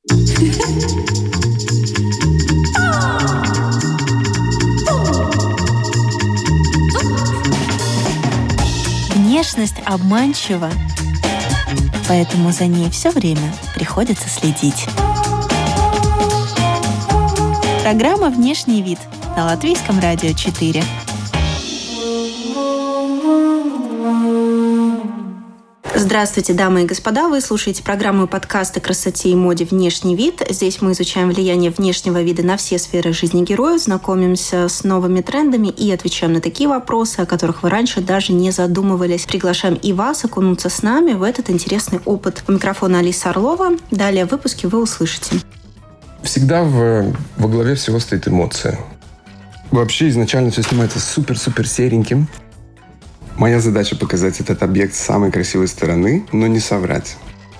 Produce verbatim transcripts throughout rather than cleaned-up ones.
Внешность обманчива, поэтому за ней все время приходится следить. Программа «Внешний вид» на Латвийском радио четыре. Здравствуйте, дамы и господа! Вы слушаете программу подкаста «Красоте и моде. Внешний вид». Здесь мы изучаем влияние внешнего вида на все сферы жизни героев, знакомимся с новыми трендами и отвечаем на такие вопросы, о которых вы раньше даже не задумывались. Приглашаем и вас окунуться с нами в этот интересный опыт. У микрофона Алиса Орлова. Далее в выпуске вы услышите. Всегда в, во главе всего стоит эмоция. Вообще изначально все снимается супер-супер сереньким. Моя задача показать этот объект с самой красивой стороны, но не соврать.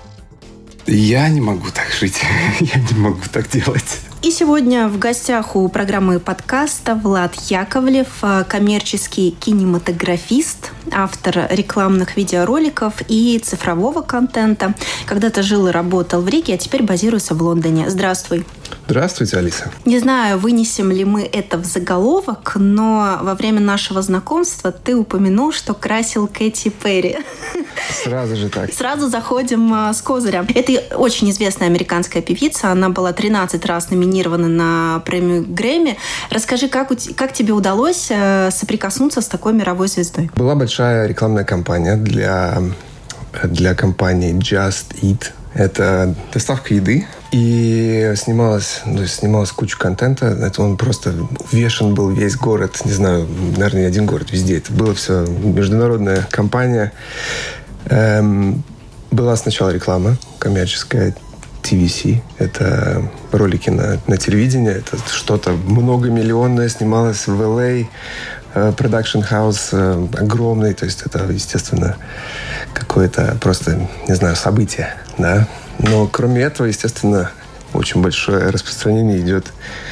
Я не могу так жить. Я не могу так делать. И сегодня в гостях у программы подкаста Влад Яковлев, коммерческий кинематографист, автор рекламных видеороликов и цифрового контента. Когда-то жил и работал в Риге, а теперь базируется в Лондоне. Здравствуй. Здравствуйте, Алиса. Не знаю, вынесем ли мы это в заголовок, но во время нашего знакомства ты упомянул, что красил Кэти Перри. Сразу же так. Сразу заходим с козыря. Это очень известная американская певица. Она была тринадцать раз номинирована на премию Грэмми. Расскажи, как, у, как тебе удалось соприкоснуться с такой мировой звездой? Была большая рекламная кампания для, для компании Just Eat. Это доставка еды. И снималась, то есть снималась куча контента. Это он просто увешан был весь город. Не знаю, наверное, не один город, везде. Это было все международная компания. Эм, была сначала реклама коммерческая, ти ви си. Это ролики на, на телевидении. Это что-то многомиллионное снималось в эл эй. Продакшн хаус огромный. То есть это, естественно, какое-то просто, не знаю, событие, да. Но кроме этого, естественно, очень большое распространение идет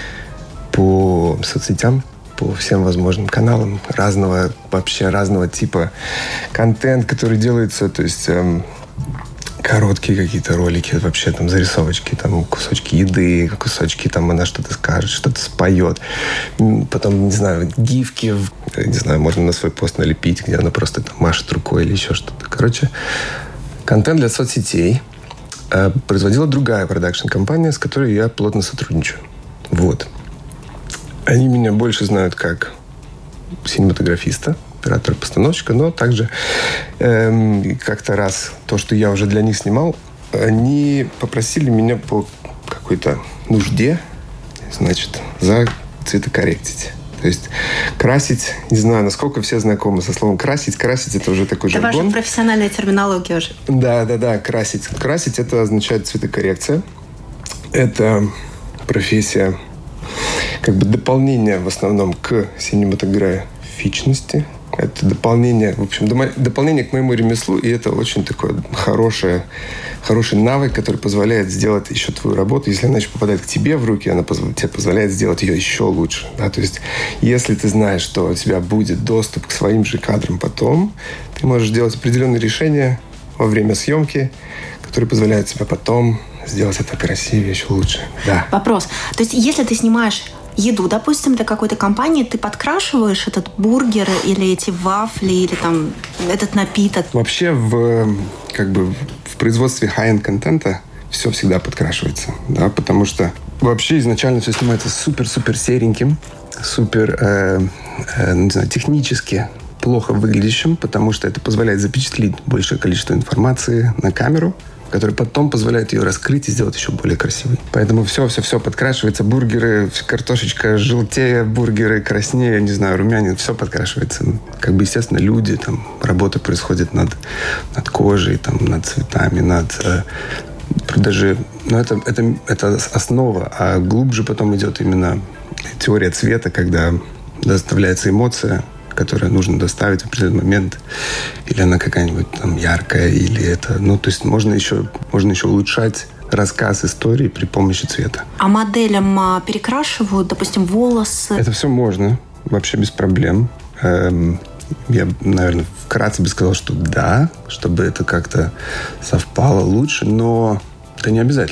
по соцсетям, по всем возможным каналам разного, вообще разного типа контент, который делается, то есть эм, короткие какие-то ролики, вообще там зарисовочки, там кусочки еды, кусочки, там она что-то скажет, что-то споет. Потом, не знаю, гифки, не знаю, можно на свой пост налепить, где она просто там машет рукой или еще что-то. Короче, контент для соцсетей производила другая продакшн-компания, с которой я плотно сотрудничаю. Вот. Они меня больше знают как синематографиста, оператора-постановщика, но также эм, как-то раз то, что я уже для них снимал, они попросили меня по какой-то нужде, значит, цветокорректить. То есть красить, не знаю, насколько все знакомы со словом красить. Красить – это уже такой жаргон. Это ваша профессиональная терминология уже. Да, да, да, красить. Красить – это означает цветокоррекция. Это профессия, как бы дополнение в основном к синематографичности. Это дополнение, в общем, дополнение к моему ремеслу, и это очень такой хороший, хороший навык, который позволяет сделать еще твою работу. Если она еще попадает к тебе в руки, она тебе позволяет сделать ее еще лучше. Да? То есть, если ты знаешь, что у тебя будет доступ к своим же кадрам потом, ты можешь делать определенные решения во время съемки, которые позволяют тебе потом сделать это красивее, еще лучше. Да. Вопрос. То есть, если ты снимаешь еду, допустим, для какой-то компании, ты подкрашиваешь этот бургер или эти вафли, или там этот напиток? Вообще в, как бы, в производстве high-end контента все всегда подкрашивается, да, потому что вообще изначально все снимается супер-супер сереньким, супер, э, э, не знаю, технически плохо выглядящим, потому что это позволяет запечатлеть большее количество информации на камеру, который потом позволяет ее раскрыть и сделать еще более красивой. Поэтому все-все-все подкрашивается. Бургеры, картошечка желтее, бургеры краснее, не знаю, румянец, все подкрашивается. Как бы, естественно, люди, там, работа происходит над, над кожей, там, над цветами, над... Э, даже... Ну, это, это, это основа, а глубже потом идет именно теория цвета, когда доставляется эмоция, которое нужно доставить в определенный момент, или она какая-нибудь там яркая, или это... Ну, то есть можно еще, можно еще улучшать рассказ истории при помощи цвета. А моделям перекрашивают, допустим, волосы? Это все можно, вообще без проблем. Эм, я, наверное, вкратце бы сказал, что да, чтобы это как-то совпало лучше, но это не обязательно.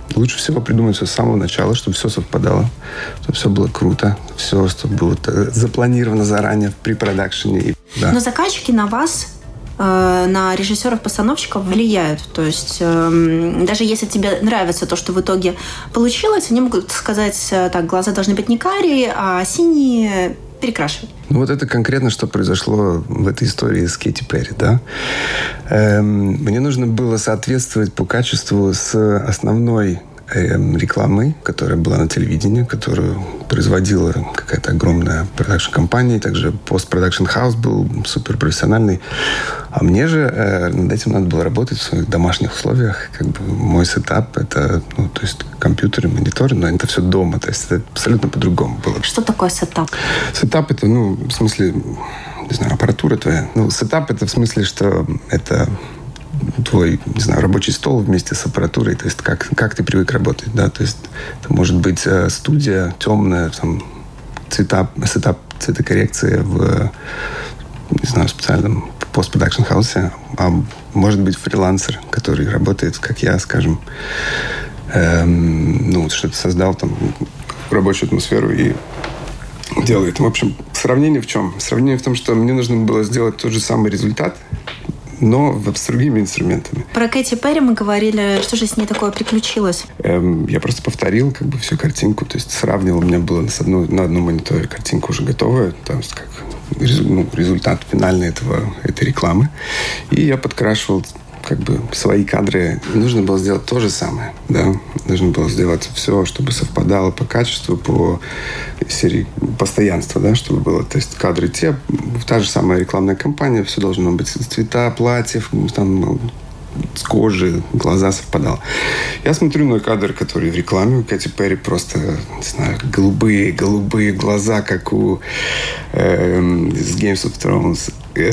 Лучше всего придумать все с самого начала, чтобы все совпадало, чтобы все было круто, все, чтобы было запланировано заранее при продакшене. Да. Но заказчики на вас, э, на режиссеров-постановщиков влияют. То есть э, даже если тебе нравится то, что в итоге получилось, они могут сказать, так, глаза должны быть не карие, а синие, перекрашивать. Ну, вот это конкретно, что произошло в этой истории с Кэти Перри, да. Эм, мне нужно было соответствовать по качеству с основной эм, рекламой, которая была на телевидении, которую производила какая-то огромная продакшн-компания, также пост-продакшн-хаус был суперпрофессиональный. А мне же э, над этим надо было работать в своих домашних условиях. Как бы мой сетап — это, ну, то есть компьютеры, мониторы, но это все дома. То есть это абсолютно по-другому было. Что такое сетап? Сетап — это, ну, в смысле, не знаю, аппаратура твоя. Ну, сетап — это в смысле, что это твой, не знаю, рабочий стол вместе с аппаратурой, то есть как, как ты привык работать, да, то есть это может быть э, студия темная, там, цвета, сетап, цветокоррекция в, не знаю, специальном пост-продакшн-хаусе, а может быть фрилансер, который работает, как я, скажем, эм, ну, что-то создал там рабочую атмосферу и делает. В общем, сравнение в чем? Сравнение в том, что мне нужно было сделать тот же самый результат, но с другими инструментами. Про Кэти Перри мы говорили, что же с ней такое приключилось? Эм, я просто повторил как бы всю картинку, то есть сравнивал, у меня было на, одну, на одном мониторе картинка уже готовая, то есть как ну, результат финальный этого, этой рекламы. И я подкрашивал как бы свои кадры. Нужно было сделать то же самое, да. Нужно было сделать все, чтобы совпадало по качеству, по серии постоянства, да, чтобы было. То есть кадры те, та же самая рекламная кампания, все должно быть цвета, платьев, там, с кожи, глаза совпадало. Я смотрю на кадр, который в рекламе у Кэти Перри, просто, не знаю, голубые, голубые глаза, как у э, из Games of Thrones.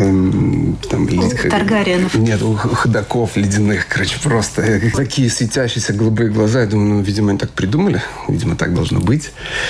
Эм, там, у как, Таргариенов. Нет, у ходоков ледяных, короче, просто такие светящиеся голубые глаза. Я думаю, ну, видимо, они так придумали. Видимо, так должно быть.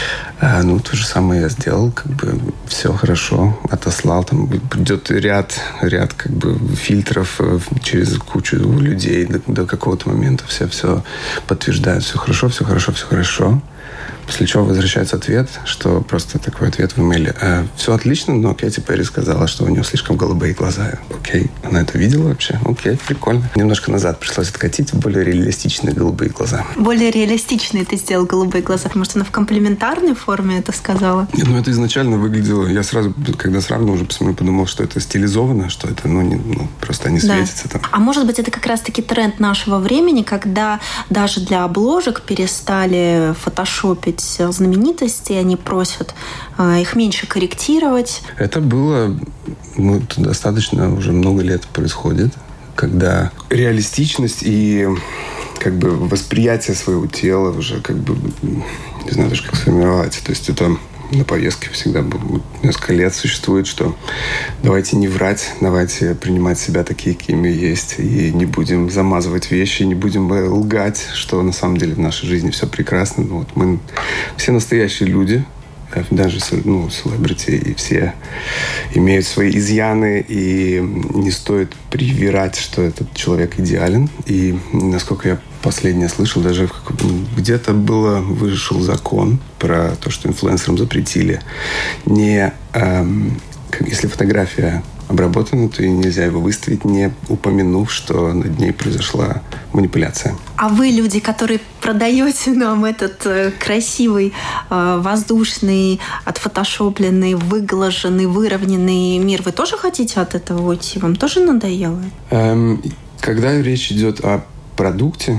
А, ну, то же самое я сделал. Как бы все хорошо. Отослал. Там придет ряд, ряд как бы фильтров через кучу людей до, до какого-то момента. Все, все подтверждают. Все хорошо, все хорошо, все хорошо. После чего возвращается ответ, что просто такой ответ в имейле. Э, все отлично, но Кэти Перри сказала, что у нее слишком голубые глаза. Окей, она это видела вообще? Окей, прикольно. Немножко назад пришлось откатить в более реалистичные голубые глаза. Более реалистичные ты сделал голубые глаза? Может, она в комплиментарной форме это сказала? Нет, ну это изначально выглядело... Я сразу, когда сравнил, уже посмотрел, подумал, что это стилизовано, что это, ну, не, ну просто не светится, да. Там. А может быть, это как раз-таки тренд нашего времени, когда даже для обложек перестали фотошопить знаменитости, они просят э, их меньше корректировать. Это было ну, это достаточно уже много лет происходит, когда реалистичность и как бы восприятие своего тела уже как бы не знаю даже как сформировать. То есть это на повестке всегда несколько лет существует, что давайте не врать, давайте принимать себя такие, какими есть, и не будем замазывать вещи, не будем лгать, что на самом деле в нашей жизни все прекрасно. Вот мы все настоящие люди, даже ну, селебрити, и все имеют свои изъяны, и не стоит привирать, что этот человек идеален. И насколько я последнее слышал, даже где-то было, вышел закон про то, что инфлюенсерам запретили не... Эм, если фотография обработана, то и нельзя его выставить, не упомянув, что над ней произошла манипуляция. А вы, люди, которые продаете нам этот э, красивый, э, воздушный, отфотошопленный, выглаженный, выровненный мир, вы тоже хотите от этого уйти? Вам тоже надоело? Эм, когда речь идет о продукте,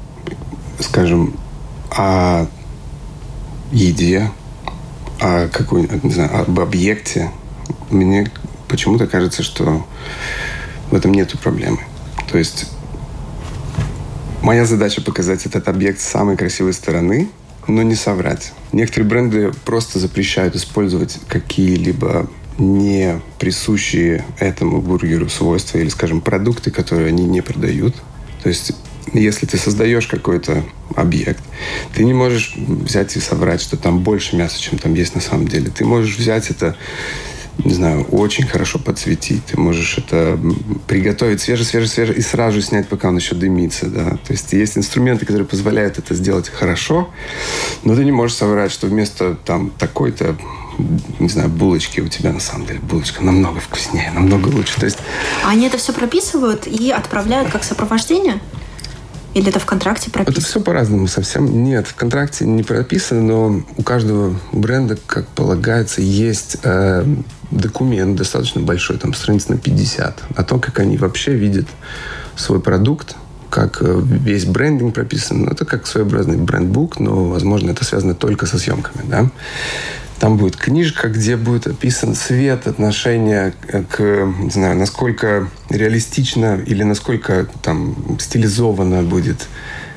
скажем, о еде, о какой, не знаю, об объекте, мне почему-то кажется, что в этом нету проблемы. То есть моя задача показать этот объект с самой красивой стороны, но не соврать. Некоторые бренды просто запрещают использовать какие-либо не присущие этому бургеру свойства или, скажем, продукты, которые они не продают. То есть если ты создаешь какой-то объект, ты не можешь взять и соврать, что там больше мяса, чем там есть на самом деле. Ты можешь взять это, не знаю, очень хорошо подсветить. Ты можешь это приготовить свеже-свеже-свеже и сразу снять, пока он еще дымится. Да? То есть есть инструменты, которые позволяют это сделать хорошо, но ты не можешь соврать, что вместо там такой-то, не знаю, булочки у тебя на самом деле булочка намного вкуснее, намного лучше. То есть... Они это все прописывают и отправляют как сопровождение? Или это в контракте прописано? Это все по-разному совсем. Нет, в контракте не прописано, но у каждого бренда, как полагается, есть э, документ достаточно большой, там страниц на пятьдесят, о том, как они вообще видят свой продукт, как весь брендинг прописан. Это как своеобразный брендбук, но, возможно, это связано только со съемками, да. Там будет книжка, где будет описан цвет, отношение к, не знаю, насколько реалистично или насколько там стилизованно будет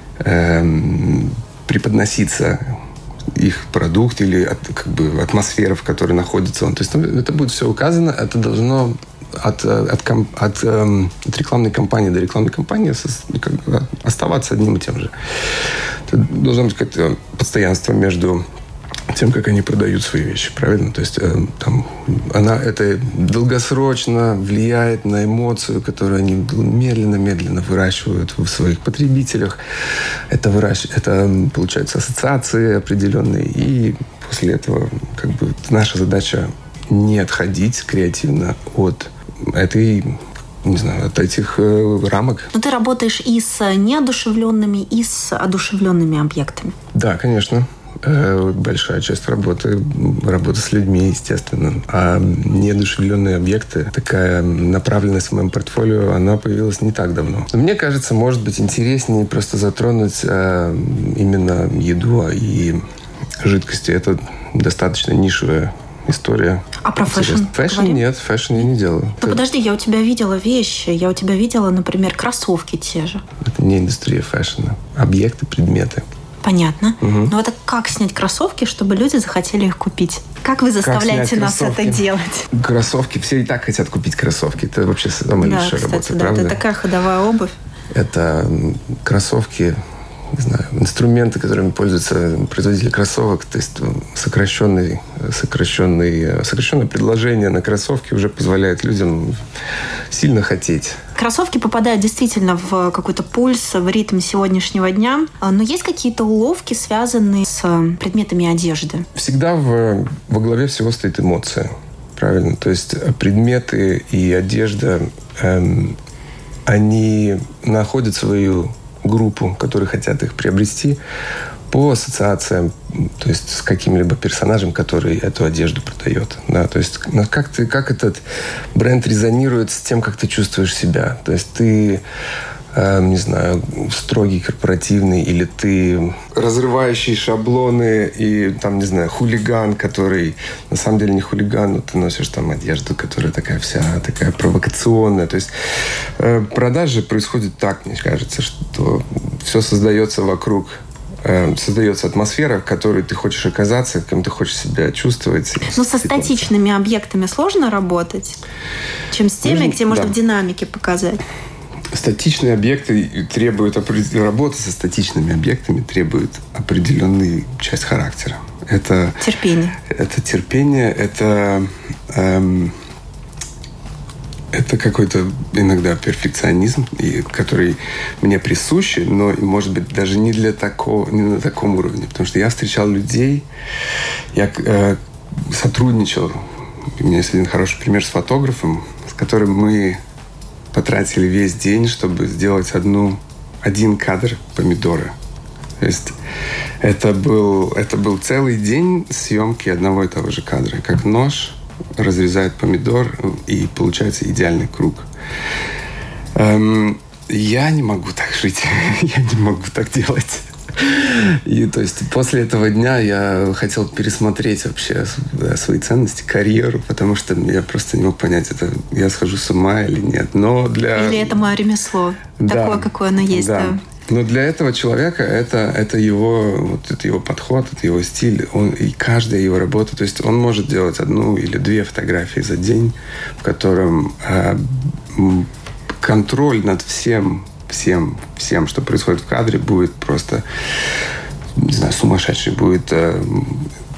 эм, преподноситься их продукт или от, как бы атмосфера, в которой находится он. То есть там, это будет все указано, это должно от, от, от, от, эм, от рекламной кампании до рекламной кампании как бы оставаться одним и тем же. Это должно быть как-то постоянство между тем, как они продают свои вещи, правильно? То есть э, там, она, это долгосрочно влияет на эмоцию, которую они медленно-медленно выращивают в своих потребителях. Это, выращ... это получаются ассоциации определенные. И после этого как бы наша задача не отходить креативно от этой, не знаю, от этих э, рамок. Но ты работаешь и с неодушевленными, и с одушевленными объектами. Да, конечно. Большая часть работы, работа с людьми, естественно. А неодушевленные объекты, такая направленность в моем портфолио, она появилась не так давно. Но мне кажется, может быть интереснее просто затронуть а, именно еду и жидкости. Это достаточно нишевая история. А про фэшн? Фэшн нет, фэшн я не делаю. Ну это... подожди, я у тебя видела вещи. Я у тебя видела, например, кроссовки те же. Это не индустрия фэшна. Объекты, предметы. Понятно. Угу. Но вот как снять кроссовки, чтобы люди захотели их купить? Как вы заставляете как нас это делать? Кроссовки. Все и так хотят купить кроссовки. Это вообще самая да, лучшая кстати, работа, да, правда? Это такая ходовая обувь. Это кроссовки, не знаю, инструменты, которыми пользуются производители кроссовок. То есть сокращенный, сокращенный, сокращенное предложение на кроссовки уже позволяет людям сильно хотеть. Кроссовки попадают действительно в какой-то пульс, в ритм сегодняшнего дня. Но есть какие-то уловки, связанные с предметами одежды? Всегда в, во главе всего стоит эмоция. Правильно? То есть предметы и одежда, эм, они находят свою группу, которые хотят их приобрести, по ассоциациям, то есть с каким-либо персонажем, который эту одежду продает. Да? То есть как, ты, как этот бренд резонирует с тем, как ты чувствуешь себя. То есть ты, э, не знаю, строгий, корпоративный, или ты разрывающий шаблоны и, там, не знаю, хулиган, который на самом деле не хулиган, но ты носишь там одежду, которая такая вся такая провокационная. То есть э, продажи происходят так, мне кажется, что все создается вокруг создается атмосфера, в которой ты хочешь оказаться, кем ты хочешь себя чувствовать. Но со статичными объектами сложно работать, чем с теми, Нужно, где можно да. в динамике показать. Статичные объекты требуют работы со статичными объектами требует определенную часть характера. Это терпение. Это терпение, это эм, это какой-то иногда перфекционизм, который мне присущ, но, может быть, даже не для такого, не на таком уровне. Потому что я встречал людей, я э, сотрудничал. У меня есть один хороший пример с фотографом, с которым мы потратили весь день, чтобы сделать одну, один кадр помидора. То есть это был, это был целый день съемки одного и того же кадра. Как нож разрезает помидор, и получается идеальный круг. Эм, я не могу так жить. Я не могу так делать. И то есть после этого дня я хотел пересмотреть вообще свои ценности, карьеру, потому что я просто не мог понять, это я схожу с ума или нет. Но для... Или это мое ремесло, да, такое, какое оно есть. Да. Да. Но для этого человека это, это, его, вот, это его подход, это его стиль, он, и каждая его работа. То есть он может делать одну или две фотографии за день, в котором э, контроль над всем, всем, всем, что происходит в кадре, будет просто, не знаю, сумасшедший. Будет э,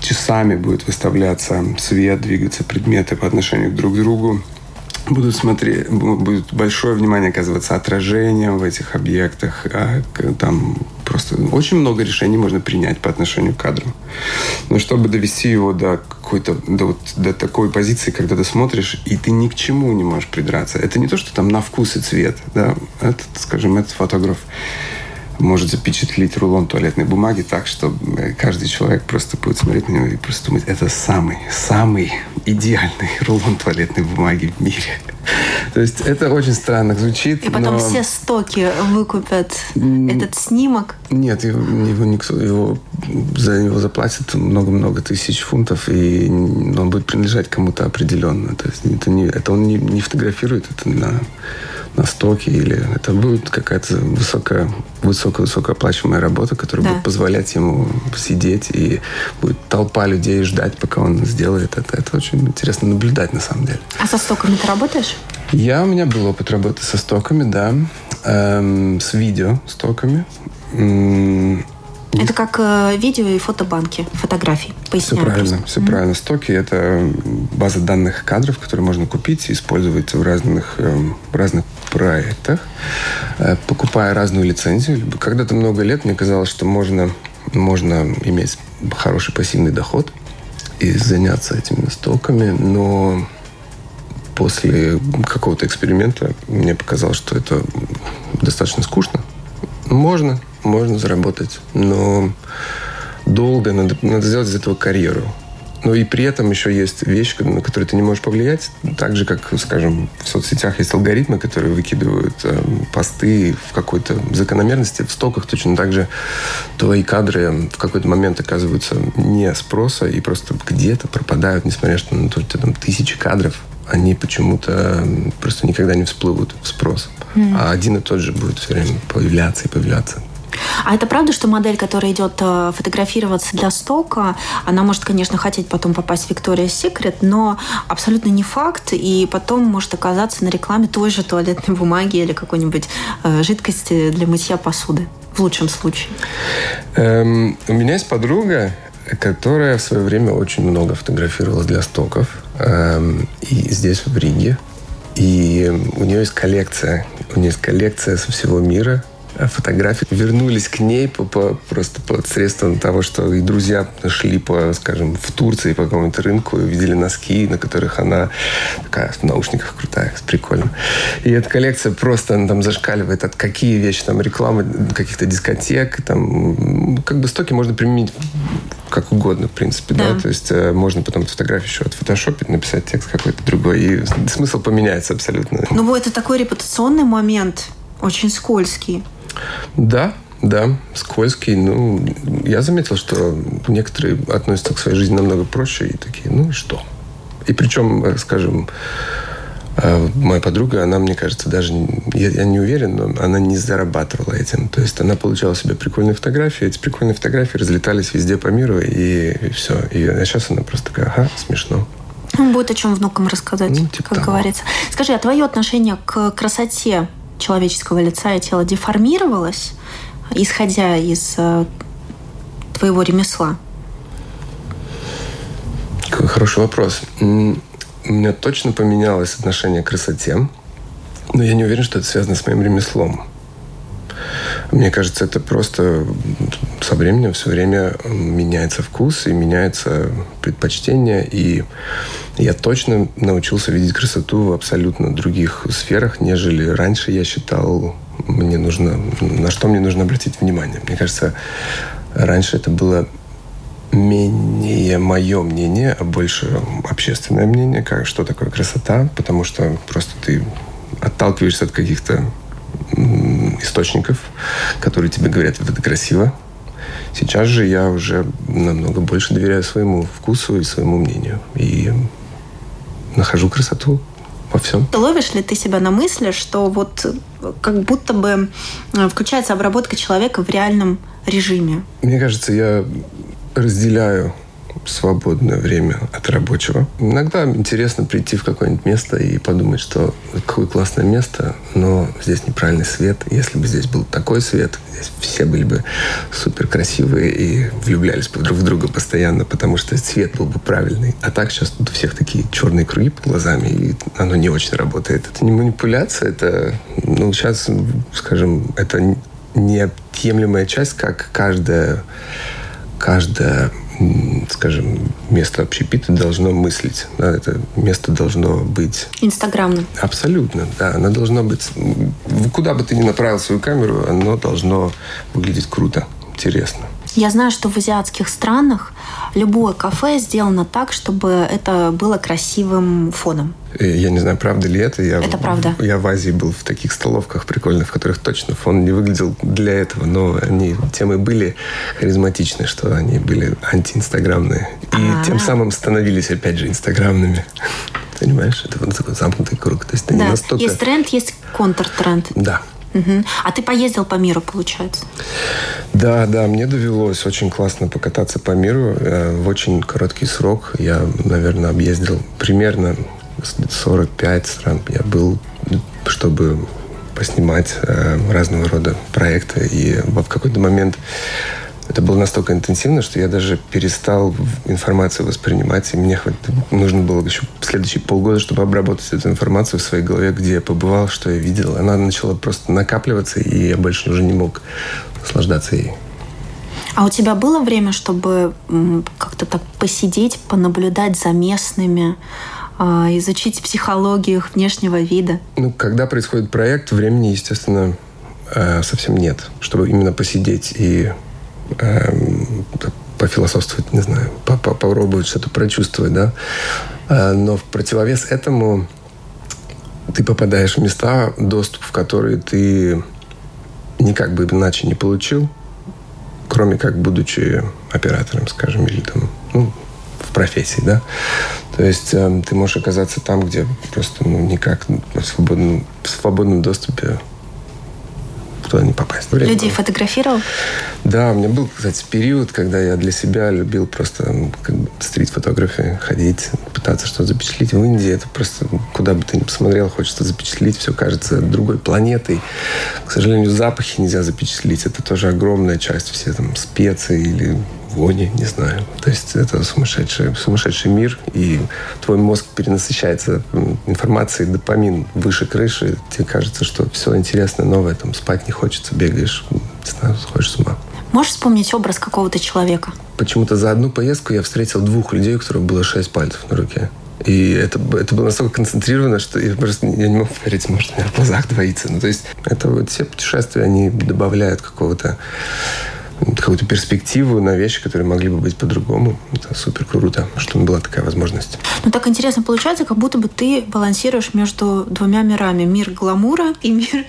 часами будет выставляться свет, двигаться предметы по отношению друг к другу. Будут смотреть, будет большое внимание оказываться отражением в этих объектах. А там просто очень много решений можно принять по отношению к кадру. Но чтобы довести его до какой-то, до, вот, до такой позиции, когда ты смотришь, и ты ни к чему не можешь придраться. Это не то, что там на вкус и цвет. Да? Этот, скажем, этот фотограф может запечатлеть рулон туалетной бумаги так, что каждый человек просто будет смотреть на него и просто думать, это самый, самый идеальный рулон туалетной бумаги в мире. То есть это очень странно звучит. И потом но... все стоки выкупят mm. этот снимок? Нет, его, его никто, его, за него заплатят много-много тысяч фунтов, и он будет принадлежать кому-то определенно. То есть это, не, это он не, не фотографирует, это на... на стоке, или это будет какая-то высокая, высокая, высокооплачиваемая работа, которая да. будет позволять ему сидеть, и будет толпа людей ждать, пока он сделает это. Это очень интересно наблюдать, на самом деле. А со стоками ты работаешь? Я, у меня был опыт работы со стоками, да. Эм, с видео стоками. Эм, Это как э, видео и фотобанки, фотографий. Поясняю. Все правильно, просто. все Mm-hmm. правильно. Стоки – это база данных кадров, которые можно купить и использовать в разных, э, в разных проектах, э, покупая разную лицензию. Когда-то много лет мне казалось, что можно, можно иметь хороший пассивный доход и заняться этими стоками, но после какого-то эксперимента мне показалось, что это достаточно скучно. Можно, можно заработать, но долго надо, надо сделать из этого карьеру. Но и при этом еще есть вещи, на которые ты не можешь повлиять. Так же, как, скажем, в соцсетях есть алгоритмы, которые выкидывают э, посты в какой-то закономерности. В стоках точно так же твои кадры в какой-то момент оказываются не спроса и просто где-то пропадают, несмотря на то, что там тысячи кадров. Они почему-то просто никогда не всплывут в спрос. Mm. А один и тот же будет все время появляться и появляться. А это правда, что модель, которая идет фотографироваться для стока, она может, конечно, хотеть потом попасть в Victoria's Secret, но абсолютно не факт, и потом может оказаться на рекламе той же туалетной бумаги или какой-нибудь э, жидкости для мытья посуды, в лучшем случае? Эм, у меня есть подруга, которая в свое время очень много фотографировала для стоков, эм, и здесь, в Риге. И у нее есть коллекция, у нее есть коллекция со всего мира фотографий. Вернулись к ней по, по, просто под средством того, что и друзья шли, по, скажем, в Турции по какому-то рынку и увидели носки, на которых она такая в наушниках крутая, прикольно. И эта коллекция просто она там зашкаливает от какие вещи, там рекламы каких-то дискотек, там как бы стоки можно применить как угодно, в принципе, да. да? То есть э, можно потом эту фотографию еще отфотошопить, написать текст какой-то другой, и смысл поменяется абсолютно. Ну, это такой репутационный момент, очень скользкий. Да, да, скользкий. Ну, я заметил, что некоторые относятся к своей жизни намного проще и такие, ну и что? И причем, скажем, моя подруга, она, мне кажется, даже, я, я не уверен, но она не зарабатывала этим. То есть она получала себе прикольные фотографии, эти прикольные фотографии разлетались везде по миру, и, и все. И, а сейчас она просто такая, ага, смешно. Будет о чем внукам рассказать, ну, типа как того. Говорится. Скажи, а твое отношение к красоте человеческого лица и тела деформировалось, исходя из э, твоего ремесла? Какой хороший вопрос. У меня точно поменялось отношение к красоте, но я не уверен, что это связано с моим ремеслом. Мне кажется, это просто со временем все время меняется вкус и меняется предпочтение. И я точно научился видеть красоту в абсолютно других сферах, нежели раньше я считал, мне нужно, на что мне нужно обратить внимание. Мне кажется, раньше это было менее мое мнение, а больше общественное мнение, как, что такое красота, потому что просто ты отталкиваешься от каких-то источников, которые тебе говорят, вот это красиво. Сейчас же я уже намного больше доверяю своему вкусу и своему мнению. И нахожу красоту во всем. Ловишь ли ты себя на мысли, что вот как будто бы включается обработка человека в реальном режиме? Мне кажется, я разделяю свободное время от рабочего. Иногда интересно прийти в какое-нибудь место и подумать, что какое классное место, но здесь неправильный свет. Если бы здесь был такой свет, здесь все были бы супер красивые и влюблялись бы друг в друга постоянно, потому что цвет был бы правильный. А так сейчас тут у всех такие черные круги под глазами, и оно не очень работает. Это не манипуляция, это, ну, сейчас, скажем, это неотъемлемая часть, как каждая, каждая скажем, место общепита должно мыслить. Да, это место должно быть... Инстаграмным. Абсолютно, да. Оно должно быть... Куда бы ты ни направил свою камеру, оно должно выглядеть круто, интересно. Я знаю, что в азиатских странах любое кафе сделано так, чтобы это было красивым фоном. Я не знаю, правда ли это. Я, это правда. Я в Азии был в таких столовках прикольных, в которых точно фон не выглядел для этого, но они тем и были харизматичны, что они были антиинстаграмные. И А-а-а. тем самым становились, опять же, инстаграмными. Понимаешь? Это вот такой замкнутый круг. То есть да. не настолько... Есть тренд, есть контртренд. Да. Угу. А ты поездил по миру, получается? Да, да, мне довелось очень классно покататься по миру. В очень короткий срок я, наверное, объездил примерно сорок пять стран. Я был, чтобы поснимать разного рода проекты. И в какой-то момент это было настолько интенсивно, что я даже перестал информацию воспринимать. И мне хват... нужно было еще следующие полгода, чтобы обработать эту информацию в своей голове, где я побывал, что я видел. Она начала просто накапливаться, и я больше уже не мог наслаждаться ей. А у тебя было время, чтобы как-то так посидеть, понаблюдать за местными, изучить психологию их внешнего вида? Ну, когда происходит проект, времени, естественно, совсем нет, чтобы именно посидеть и пофилософствовать, не знаю, попробовать что-то прочувствовать, да. Но в противовес этому ты попадаешь в места, доступ в которые ты никак бы иначе не получил, кроме как будучи оператором, скажем, или там, ну, в профессии, да. То есть э, ты можешь оказаться там, где просто, ну, никак в свободном, в свободном доступе туда не попасть. Время Людей было. Фотографировал? Да, у меня был, кстати, период, когда я для себя любил просто, ну, как бы стрит-фотографии, ходить, пытаться что-то запечатлеть. В Индии это просто, куда бы ты ни посмотрел, хочется запечатлеть, все кажется другой планетой. К сожалению, запахи нельзя запечатлеть. Это тоже огромная часть, все там специи или вони, не знаю. То есть это сумасшедший, сумасшедший мир, и твой мозг перенасыщается информацией, допамин выше крыши. Тебе кажется, что все интересное, новое, там спать не хочется, бегаешь, не знаю, сходишь с ума. Можешь вспомнить образ какого-то человека? Почему-то за одну поездку я встретил двух людей, у которых было шесть пальцев на руке. И это, это было настолько концентрировано, что я просто я не мог поверить, может, у меня в глазах двоится. Ну, то есть это вот все путешествия, они добавляют какого-то какую-то перспективу на вещи, которые могли бы быть по-другому. Это супер круто, что была такая возможность. Ну, так интересно получается, как будто бы ты балансируешь между двумя мирами. Мир гламура и мир,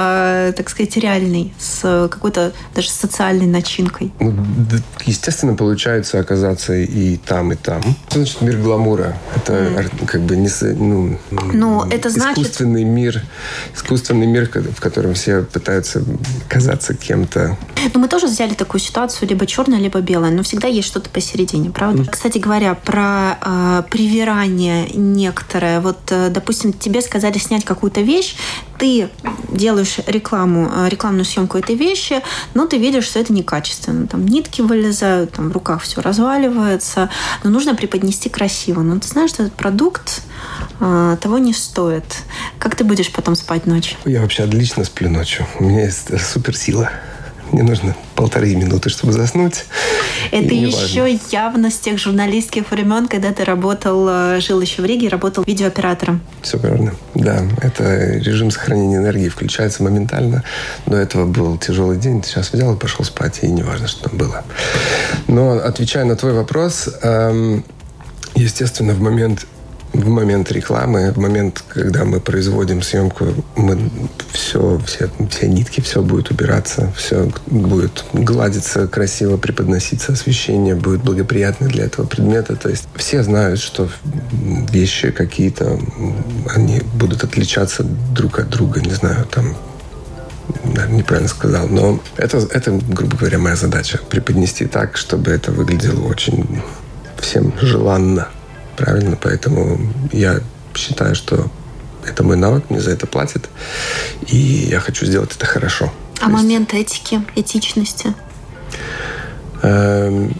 э, так сказать, реальный, с какой-то даже социальной начинкой. Ну, естественно, получается оказаться и там, и там. Что значит мир гламура? Это mm. как бы не... Ну, ну, это значит... Искусственный мир, искусственный мир, в котором все пытаются казаться кем-то. Но мы тоже взяли такую ситуацию, либо черное, либо белое, но всегда есть что-то посередине, правда? Mm. Кстати говоря, про э, привирание некоторое. Вот, э, допустим, тебе сказали снять какую-то вещь, ты делаешь рекламу, э, рекламную съемку этой вещи, но ты видишь, что это некачественно. Там нитки вылезают, там в руках все разваливается, но нужно преподнести красиво. Но ты знаешь, что этот продукт э, того не стоит. Как ты будешь потом спать ночью? Я вообще отлично сплю ночью. У меня есть суперсила. Мне нужно полторы минуты, чтобы заснуть. Это еще явно с тех журналистских времен, когда ты работал, жил еще в Риге, работал видеооператором. Все правильно. Да, это режим сохранения энергии включается моментально. До этого был тяжелый день. Ты сейчас взял и пошел спать, и неважно, что там было. Но, отвечая на твой вопрос, естественно, в момент... В момент рекламы, в момент, когда мы производим съемку, мы все, все, все нитки, все будет убираться, все будет гладиться, красиво преподноситься, освещение будет благоприятное для этого предмета. То есть все знают, что вещи какие-то, они будут отличаться друг от друга, не знаю, там, наверное, неправильно сказал, но это, это, грубо говоря, моя задача. Преподнести так, чтобы это выглядело очень всем желанно. Правильно? Поэтому я считаю, что это мой навык, мне за это платят, и я хочу сделать это хорошо. А То момент есть... этики, этичности? Эм...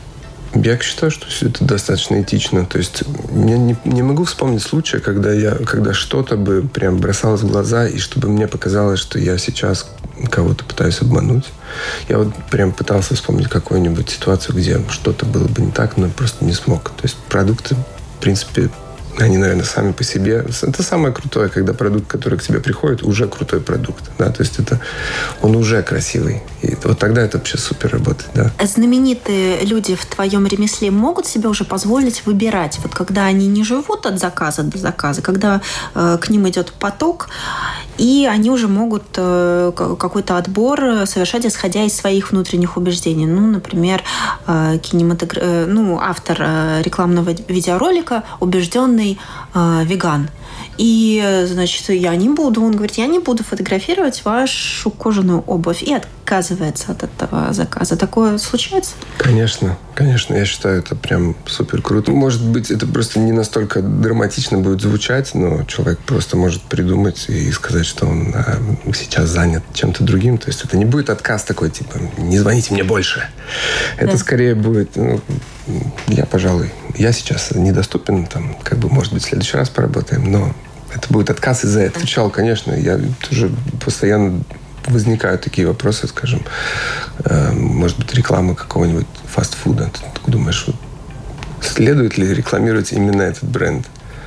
Я считаю, что все это достаточно этично. То есть я не, не могу вспомнить случая, когда, я, когда что-то бы прям бросалось в глаза, и чтобы мне показалось, что я сейчас кого-то пытаюсь обмануть. Я вот прям пытался вспомнить какую-нибудь ситуацию, где что-то было бы не так, но просто не смог. То есть продукты, в принципе, они, наверное, сами по себе. Это самое крутое, когда продукт, который к тебе приходит, уже крутой продукт. Да? То есть это, он уже красивый. И вот тогда это вообще супер работает. Да? Знаменитые люди в твоем ремесле могут себе уже позволить выбирать, вот когда они не живут от заказа до заказа, когда э, к ним идет поток, и они уже могут э, какой-то отбор совершать, исходя из своих внутренних убеждений. Ну, например, э, кинематограф... э, ну, автор э, рекламного видеоролика убежденный э, веган. И, значит, я не буду, он говорит, я не буду фотографировать вашу кожаную обувь. И отказывается от этого заказа. Такое случается? Конечно, конечно. Я считаю, это прям супер круто. Может быть, это просто не настолько драматично будет звучать, но человек просто может придумать и сказать, что он а, сейчас занят чем-то другим. То есть это не будет отказ такой, типа, не звоните мне больше. Это да. скорее будет, ну, я, пожалуй, я сейчас недоступен, там, как бы, может быть, в следующий раз поработаем, но это будет отказ из-за этого. Отвечал, конечно, я тоже постоянно возникают такие вопросы, скажем, э, может быть, реклама какого-нибудь фастфуда. Ты думаешь, вот, следует ли рекламировать именно этот бренд?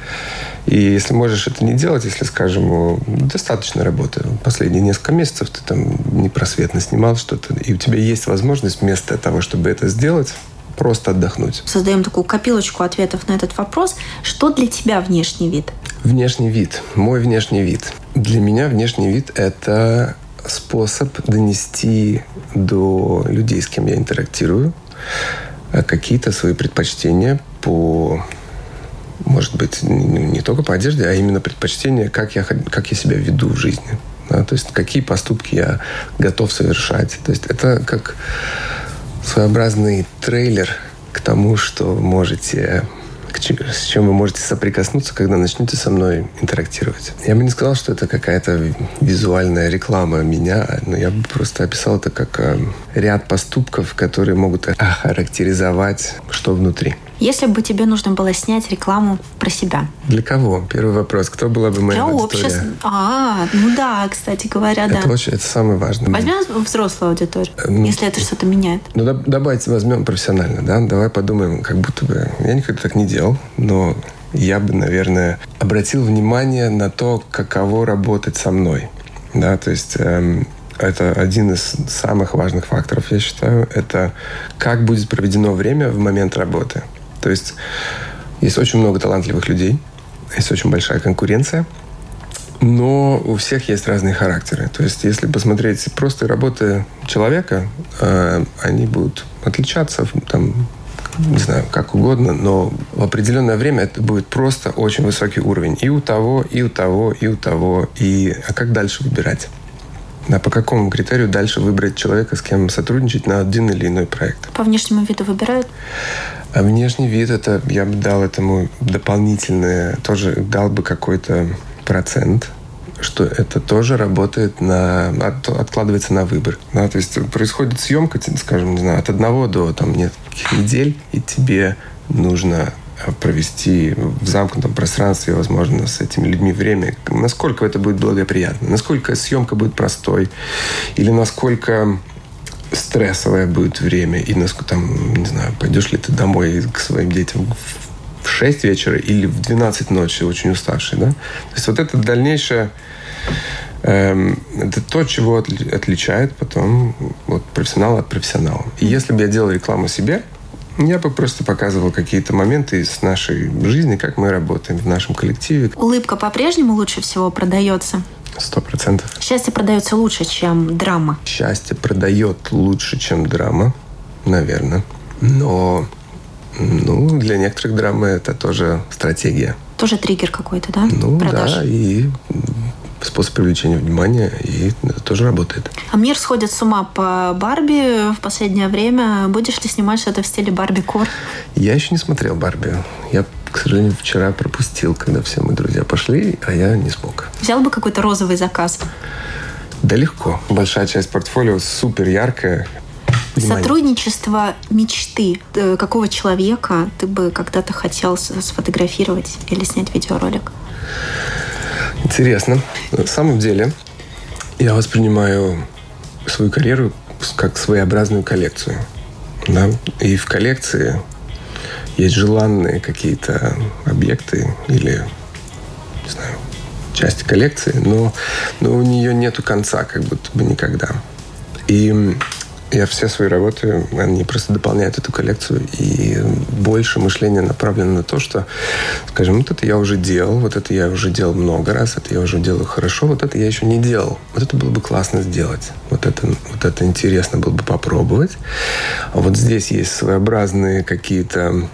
И если можешь это не делать, если, скажем, достаточно работы, последние несколько месяцев ты там непросветно снимал что-то, и у тебя есть возможность вместо того, чтобы это сделать, просто отдохнуть. Создаем такую копилочку ответов на этот вопрос. Что для тебя внешний вид? Внешний вид. Мой внешний вид. Для меня внешний вид – это способ донести до людей, с кем я интерактирую, какие-то свои предпочтения по, может быть, не только по одежде, а именно предпочтения, как я, как я себя веду в жизни. Да? То есть какие поступки я готов совершать. То есть это как своеобразный трейлер к тому, что вы можете, с чем вы можете соприкоснуться, когда начнете со мной интерактировать. Я бы не сказал, что это какая-то визуальная реклама меня, но я бы просто описал это как ряд поступков, которые могут охарактеризовать, что внутри. Если бы тебе нужно было снять рекламу про себя. Для кого? Первый вопрос. Кто была бы моя Для аудитория? Общества. А, ну да, кстати говоря, это да. Очень, это самое важное. Возьмем взрослую аудиторию, ну, если это что-то меняет. Ну, да, давайте возьмем профессионально, да? Давай подумаем, как будто бы... Я никогда так не делал, но я бы, наверное, обратил внимание на то, каково работать со мной. Да, то есть... Эм, это один из самых важных факторов, я считаю. Это как будет проведено время в момент работы. То есть есть очень много талантливых людей, есть очень большая конкуренция, но у всех есть разные характеры. То есть если посмотреть просто работы человека, э, они будут отличаться, там, не знаю, как угодно, но в определенное время это будет просто очень высокий уровень. И у того, и у того, и у того. И, а как дальше выбирать? Да, по какому критерию дальше выбрать человека, с кем сотрудничать на один или иной проект? По внешнему виду выбирают? А внешний вид, это я бы дал этому дополнительное, тоже дал бы какой-то процент, что это тоже работает на, от, откладывается на выбор. Да, то есть происходит съемка, скажем, не знаю, от одного до там, нескольких недель, и тебе нужно провести в замкнутом пространстве, возможно, с этими людьми время. Насколько это будет благоприятно, насколько съемка будет простой, или насколько стрессовое будет время, и насколько там, не знаю, пойдешь ли ты домой к своим детям в шесть вечера или в двенадцать ночи, очень уставший, да? То есть вот это дальнейшее, эм, это то, чего отли- отличает потом вот, профессионала от профессионала. И если бы я делал рекламу себе, я бы просто показывал какие-то моменты из нашей жизни, как мы работаем в нашем коллективе. Улыбка по-прежнему лучше всего продается? Сто процентов. Счастье продается лучше, чем драма? Счастье продает лучше, чем драма, наверное. Но ну, для некоторых драмы это тоже стратегия. Тоже триггер какой-то, да? Ну Продаж. да, и способ привлечения внимания, и это тоже работает. А мир сходит с ума по Барби в последнее время. Будешь ли снимать что-то в стиле Барби-кор? Я еще не смотрел Барби. Я, к сожалению, вчера пропустил, когда все мои друзья пошли, а я не смог. Взял бы какой-то розовый заказ? Да легко. Большая часть портфолио супер яркая. Сотрудничество мечты. Какого человека ты бы когда-то хотел сфотографировать или снять видеоролик? Интересно. На самом деле, я воспринимаю свою карьеру как своеобразную коллекцию. Да? И в коллекции есть желанные какие-то объекты или, не знаю, части коллекции, но, но у нее нету конца, как будто бы никогда. И я все свои работы, они просто дополняют эту коллекцию, и больше мышления направлено на то, что, скажем, вот это я уже делал, вот это я уже делал много раз, это я уже делаю хорошо, вот это я еще не делал. Вот это было бы классно сделать. Вот это, вот это интересно было бы попробовать. А вот здесь есть своеобразные какие-то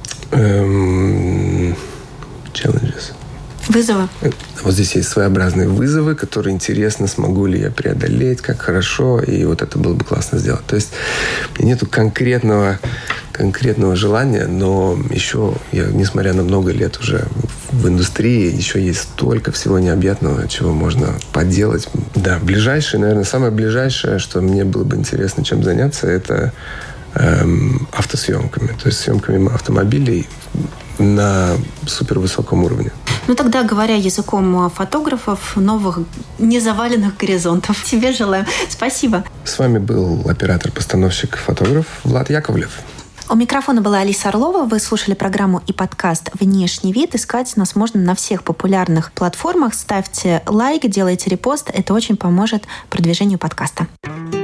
эм, challenges. Вызовы. Вот здесь есть своеобразные вызовы, которые интересно, смогу ли я преодолеть, как хорошо, и вот это было бы классно сделать. То есть нету конкретного, конкретного желания, но еще, я, несмотря на много лет уже в индустрии, еще есть столько всего необъятного, чего можно поделать. Да, ближайшее, наверное, самое ближайшее, что мне было бы интересно чем заняться, это эм, автосъемками. То есть съемками автомобилей на супервысоком уровне. Ну тогда, говоря языком фотографов, новых незаваленных горизонтов. Тебе желаю. Спасибо. С вами был оператор-постановщик, фотограф Влад Яковлев. У микрофона была Алиса Орлова. Вы слушали программу и подкаст «Внешний вид». Искать нас можно на всех популярных платформах. Ставьте лайк, делайте репост. Это очень поможет продвижению подкаста.